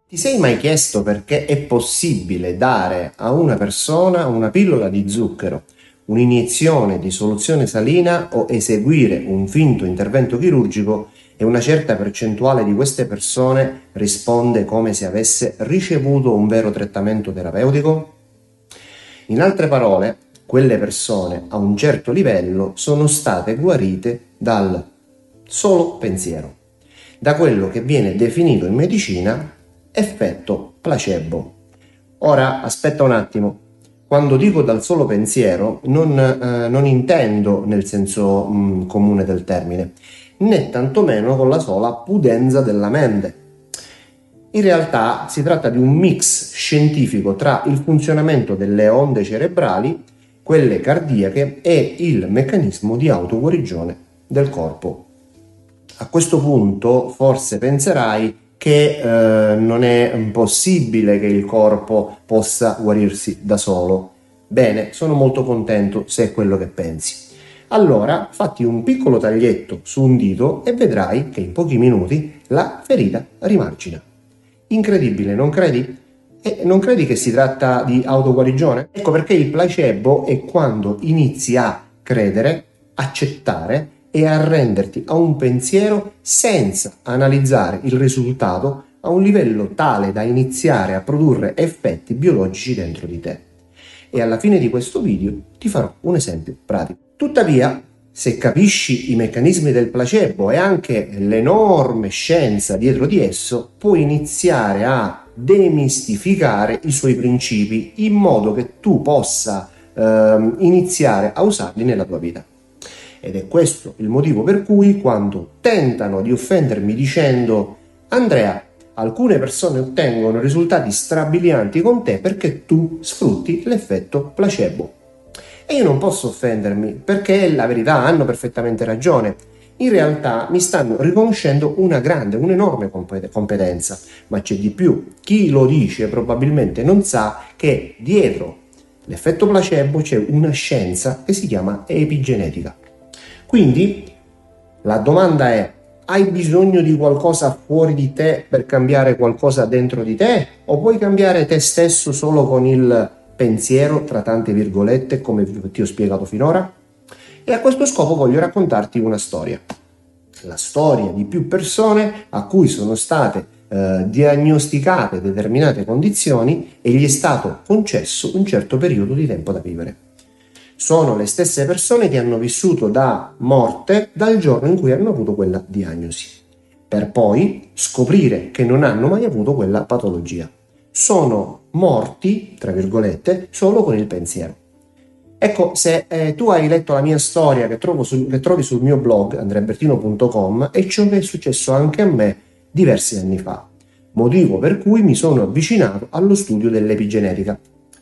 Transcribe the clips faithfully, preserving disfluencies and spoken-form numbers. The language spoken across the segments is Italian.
Ti sei mai chiesto perché è possibile dare a una persona una pillola di zucchero, un'iniezione di soluzione salina o eseguire un finto intervento chirurgico e una certa percentuale di queste persone risponde come se avesse ricevuto un vero trattamento terapeutico? In altre parole, quelle persone a un certo livello sono state guarite dal solo pensiero, da quello che viene definito in medicina effetto placebo. Ora aspetta un attimo, quando dico dal solo pensiero non, eh, non intendo nel senso mh, comune del termine, né tantomeno con la sola pudenza della mente. In realtà si tratta di un mix scientifico tra il funzionamento delle onde cerebrali, quelle cardiache, e il meccanismo di autoguarigione del corpo. A questo punto forse penserai che eh, non è possibile che il corpo possa guarirsi da solo. Bene, sono molto contento se è quello che pensi. Allora fatti un piccolo taglietto su un dito e vedrai che in pochi minuti la ferita rimargina. Incredibile, non credi? E non credi che si tratta di autoguarigione? Ecco perché il placebo è quando inizi a credere, accettare e arrenderti a un pensiero senza analizzare il risultato a un livello tale da iniziare a produrre effetti biologici dentro di te. E alla fine di questo video ti farò un esempio pratico. Tuttavia, se capisci i meccanismi del placebo e anche l'enorme scienza dietro di esso, puoi iniziare a demistificare i suoi principi in modo che tu possa eh, iniziare a usarli nella tua vita. Ed è questo il motivo per cui quando tentano di offendermi dicendo Andrea, alcune persone ottengono risultati strabilianti con te perché tu sfrutti l'effetto placebo. E io non posso offendermi perché la verità, hanno perfettamente ragione. In realtà mi stanno riconoscendo una grande, un'enorme competenza, ma c'è di più. Chi lo dice probabilmente non sa che dietro l'effetto placebo c'è una scienza che si chiama epigenetica. Quindi la domanda è: hai bisogno di qualcosa fuori di te per cambiare qualcosa dentro di te? O puoi cambiare te stesso solo con il pensiero, tra tante virgolette, come ti ho spiegato finora? E a questo scopo voglio raccontarti una storia. La storia di più persone a cui sono state eh, diagnosticate determinate condizioni e gli è stato concesso un certo periodo di tempo da vivere. Sono le stesse persone che hanno vissuto da morte dal giorno in cui hanno avuto quella diagnosi, per poi scoprire che non hanno mai avuto quella patologia. Sono morti, tra virgolette, solo con il pensiero. Ecco, se eh, tu hai letto la mia storia che, trovo sul, che trovi sul mio blog andrea bertino punto com, è ciò che è successo anche a me diversi anni fa, motivo per cui mi sono avvicinato allo studio dell'epigenetica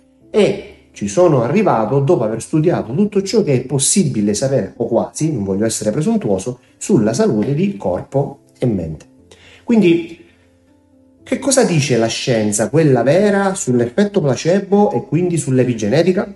e ci sono arrivato dopo aver studiato tutto ciò che è possibile sapere, o quasi, non voglio essere presuntuoso, sulla salute di corpo e mente. Quindi, che cosa dice la scienza, quella vera, sull'effetto placebo e quindi sull'epigenetica?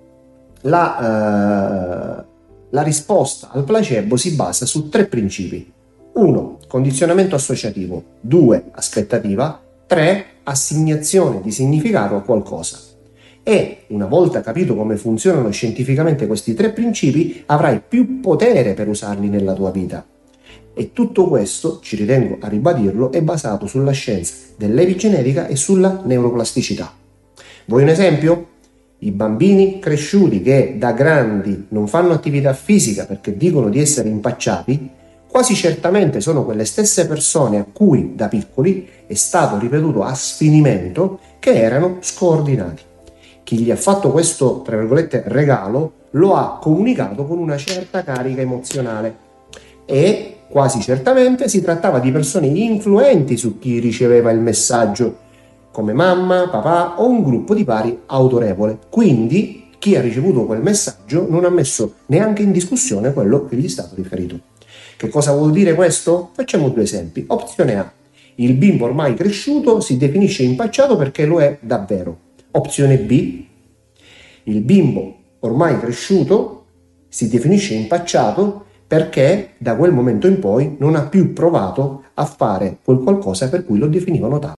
La, eh, la risposta al placebo si basa su tre principi. uno. Condizionamento associativo. due. Aspettativa. tre. Assegnazione di significato a qualcosa. E una volta capito come funzionano scientificamente questi tre principi, avrai più potere per usarli nella tua vita. E tutto questo, ci ritengo a ribadirlo, è basato sulla scienza dell'epigenetica e sulla neuroplasticità. Vuoi un esempio? I bambini cresciuti che da grandi non fanno attività fisica perché dicono di essere impacciati, quasi certamente sono quelle stesse persone a cui da piccoli è stato ripetuto a sfinimento che erano scordinati. Chi gli ha fatto questo, tra virgolette, regalo, lo ha comunicato con una certa carica emozionale e quasi certamente si trattava di persone influenti su chi riceveva il messaggio, come mamma, papà o un gruppo di pari autorevole. Quindi chi ha ricevuto quel messaggio non ha messo neanche in discussione quello che gli è stato riferito. Che cosa vuol dire questo? Facciamo due esempi. Opzione A. Il bimbo ormai cresciuto si definisce impacciato perché lo è davvero. Opzione B. Il bimbo ormai cresciuto si definisce impacciato perché da quel momento in poi non ha più provato a fare quel qualcosa per cui lo definivano tale.